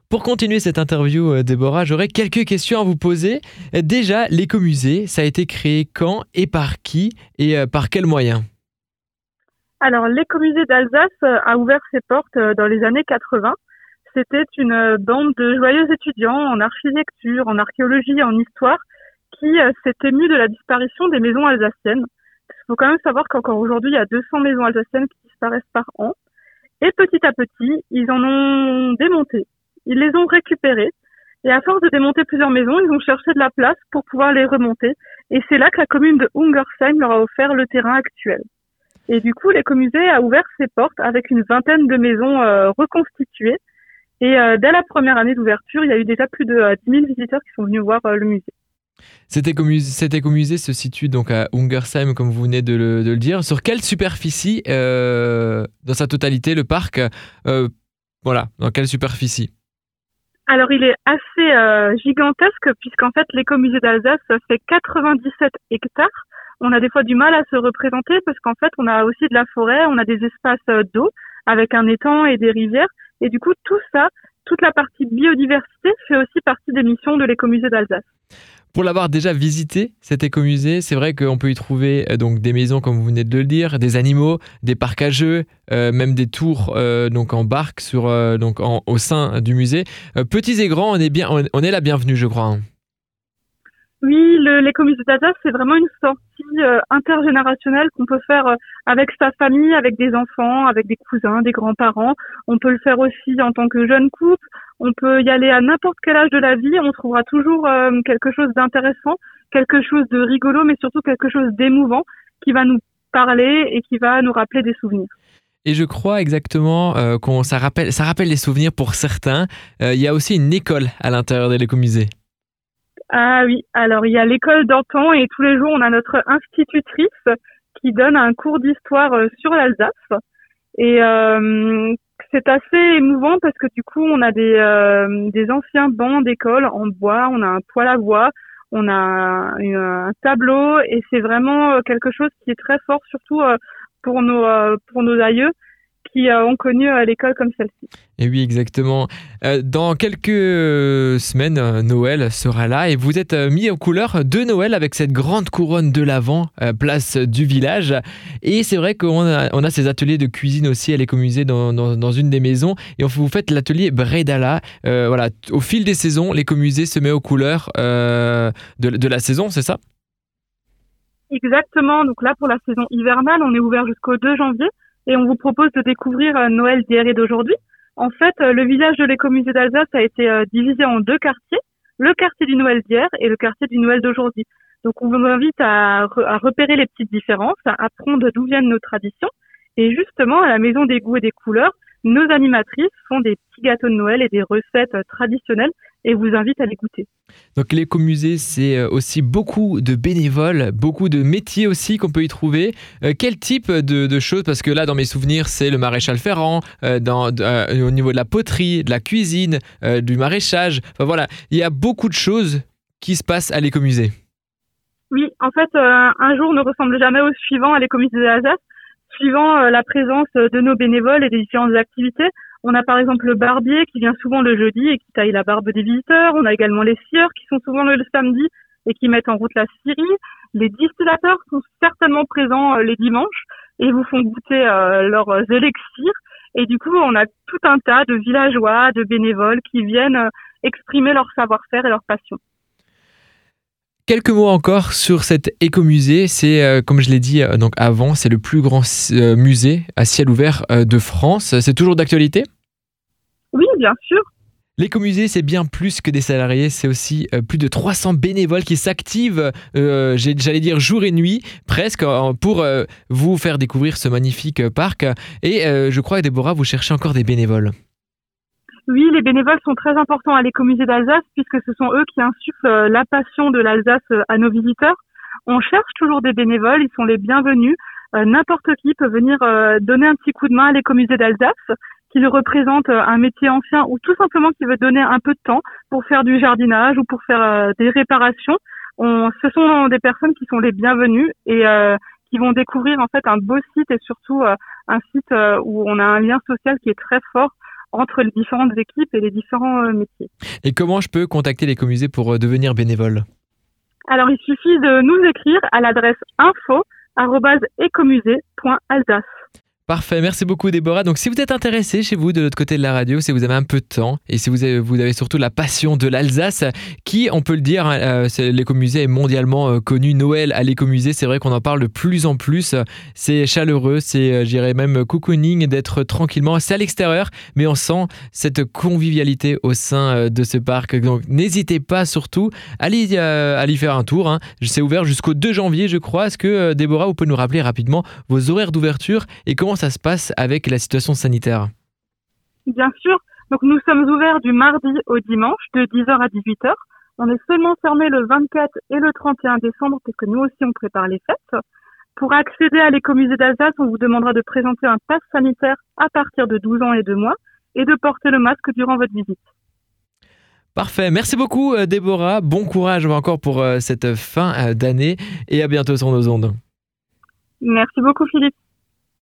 Pour continuer cette interview, Déborah, j'aurais quelques questions à vous poser. Déjà, l'écomusée, ça a été créé quand et par qui et par quels moyens? Alors, l'écomusée d'Alsace a ouvert ses portes dans les années 80. C'était une bande de joyeux étudiants en architecture, en archéologie, en histoire, qui s'est émue de la disparition des maisons alsaciennes. Il faut quand même savoir qu'encore aujourd'hui, il y a 200 maisons alsaciennes qui disparaissent par an. Et petit à petit, ils en ont démonté. Ils les ont récupérées. Et à force de démonter plusieurs maisons, ils ont cherché de la place pour pouvoir les remonter. Et c'est là que la commune de Ungersheim leur a offert le terrain actuel. Et du coup, l'écomusée a ouvert ses portes avec une vingtaine de maisons reconstituées. Et dès la première année d'ouverture, il y a eu déjà plus de 10 000 visiteurs qui sont venus voir le musée. Cet écomusée se situe donc à Ungersheim, comme vous venez de le dire. Sur quelle superficie, dans sa totalité, le parc, voilà, dans quelle superficie? Alors, il est assez gigantesque puisqu'en fait, l'écomusée d'Alsace fait 97 hectares. On a des fois du mal à se représenter parce qu'en fait, on a aussi de la forêt, on a des espaces d'eau avec un étang et des rivières. Et du coup, tout ça, toute la partie biodiversité fait aussi partie des missions de l'écomusée d'Alsace. Pour l'avoir déjà visité, cet écomusée, c'est vrai qu'on peut y trouver donc des maisons, comme vous venez de le dire, des animaux, des parcs à jeux, même des tours donc en barque au sein du musée. Petits et grands, on est la bienvenue, je crois, hein. Oui, l'écomusée d'Alsace, c'est vraiment une sortie intergénérationnelle qu'on peut faire avec sa famille, avec des enfants, avec des cousins, des grands-parents. On peut le faire aussi en tant que jeune couple. On peut y aller à n'importe quel âge de la vie. On trouvera toujours quelque chose d'intéressant, quelque chose de rigolo, mais surtout quelque chose d'émouvant qui va nous parler et qui va nous rappeler des souvenirs. Et je crois exactement ça rappelle les souvenirs pour certains. Il y a aussi une école à l'intérieur de l'écomusée. Ah oui, alors il y a l'école d'antan et tous les jours on a notre institutrice qui donne un cours d'histoire sur l'Alsace et c'est assez émouvant parce que du coup on a des anciens bancs d'école en bois, on a un poêle à bois, on a un tableau et c'est vraiment quelque chose qui est très fort surtout pour nos aïeux qui ont connu l'école comme celle-ci. Et oui, exactement. Dans quelques semaines, Noël sera là et vous êtes mis aux couleurs de Noël avec cette grande couronne de l'Avent, place du village. Et c'est vrai qu'on a ces ateliers de cuisine aussi à l'écomusée dans une des maisons. Et vous faites l'atelier Bredala. Voilà, au fil des saisons, l'écomusée se met aux couleurs de la saison, c'est ça? Exactement. Donc là, pour la saison hivernale, on est ouvert jusqu'au 2 janvier. Et on vous propose de découvrir Noël d'hier et d'aujourd'hui. En fait, le village de l'écomusée d'Alsace a été divisé en deux quartiers, le quartier du Noël d'hier et le quartier du Noël d'aujourd'hui. Donc on vous invite à repérer les petites différences, à apprendre d'où viennent nos traditions. Et justement, à la Maison des Goûts et des Couleurs, nos animatrices font des petits gâteaux de Noël et des recettes traditionnelles et vous invitent à les goûter. Donc l'écomusée, c'est aussi beaucoup de bénévoles, beaucoup de métiers aussi qu'on peut y trouver. Quel type de choses? Parce que là, dans mes souvenirs, c'est le maréchal Ferrand, au niveau de la poterie, de la cuisine, du maraîchage. Enfin voilà, il y a beaucoup de choses qui se passent à l'écomusée. Oui, en fait, un jour ne ressemble jamais au suivant à l'écomusée d'Alsace. Suivant la présence de nos bénévoles et des différentes activités, on a par exemple le barbier qui vient souvent le jeudi et qui taille la barbe des visiteurs. On a également les scieurs qui sont souvent le samedi et qui mettent en route la scierie. Les distillateurs sont certainement présents les dimanches et vous font goûter leurs élixirs. Et du coup, on a tout un tas de villageois, de bénévoles qui viennent exprimer leur savoir-faire et leur passion. Quelques mots encore sur cet écomusée. C'est, comme je l'ai dit donc avant, c'est le plus grand musée à ciel ouvert de France. C'est toujours d'actualité? Oui, bien sûr. L'écomusée, c'est bien plus que des salariés, c'est aussi plus de 300 bénévoles qui s'activent, j'allais dire jour et nuit, presque, pour vous faire découvrir ce magnifique parc. Et je crois, Déborah, vous cherchez encore des bénévoles. Oui, les bénévoles sont très importants à l'écomusée d'Alsace puisque ce sont eux qui insufflent la passion de l'Alsace à nos visiteurs. On cherche toujours des bénévoles, ils sont les bienvenus. N'importe qui peut venir donner un petit coup de main à l'écomusée d'Alsace, qui représente un métier ancien ou tout simplement qui veut donner un peu de temps pour faire du jardinage ou pour faire des réparations. Ce sont des personnes qui sont les bienvenues et qui vont découvrir en fait un beau site et surtout un site où on a un lien social qui est très fort entre les différentes équipes et les différents métiers. Et comment je peux contacter l'écomusée pour devenir bénévole ? Alors, il suffit de nous écrire à l'adresse info@ecomusée.alsace. Parfait, merci beaucoup Déborah. Donc si vous êtes intéressé chez vous de l'autre côté de la radio, si vous avez un peu de temps et si vous avez surtout la passion de l'Alsace, qui, on peut le dire, l'écomusée est mondialement connu. Noël à l'écomusée, c'est vrai qu'on en parle de plus en plus. C'est chaleureux, c'est, je dirais même cocooning d'être tranquillement. C'est à l'extérieur, mais on sent cette convivialité au sein de ce parc. Donc n'hésitez pas surtout à y faire un tour. C'est ouvert jusqu'au 2 janvier, je crois. Est-ce que Déborah, vous pouvez nous rappeler rapidement vos horaires d'ouverture et comment ça se passe avec la situation sanitaire ? Bien sûr. Donc, nous sommes ouverts du mardi au dimanche de 10h à 18h. On est seulement fermé le 24 et le 31 décembre parce que nous aussi, on prépare les fêtes. Pour accéder à l'écomusée d'Alsace, on vous demandera de présenter un pass sanitaire à partir de 12 ans et 2 mois et de porter le masque durant votre visite. Parfait. Merci beaucoup, Déborah. Bon courage encore pour cette fin d'année et à bientôt sur nos ondes. Merci beaucoup, Philippe.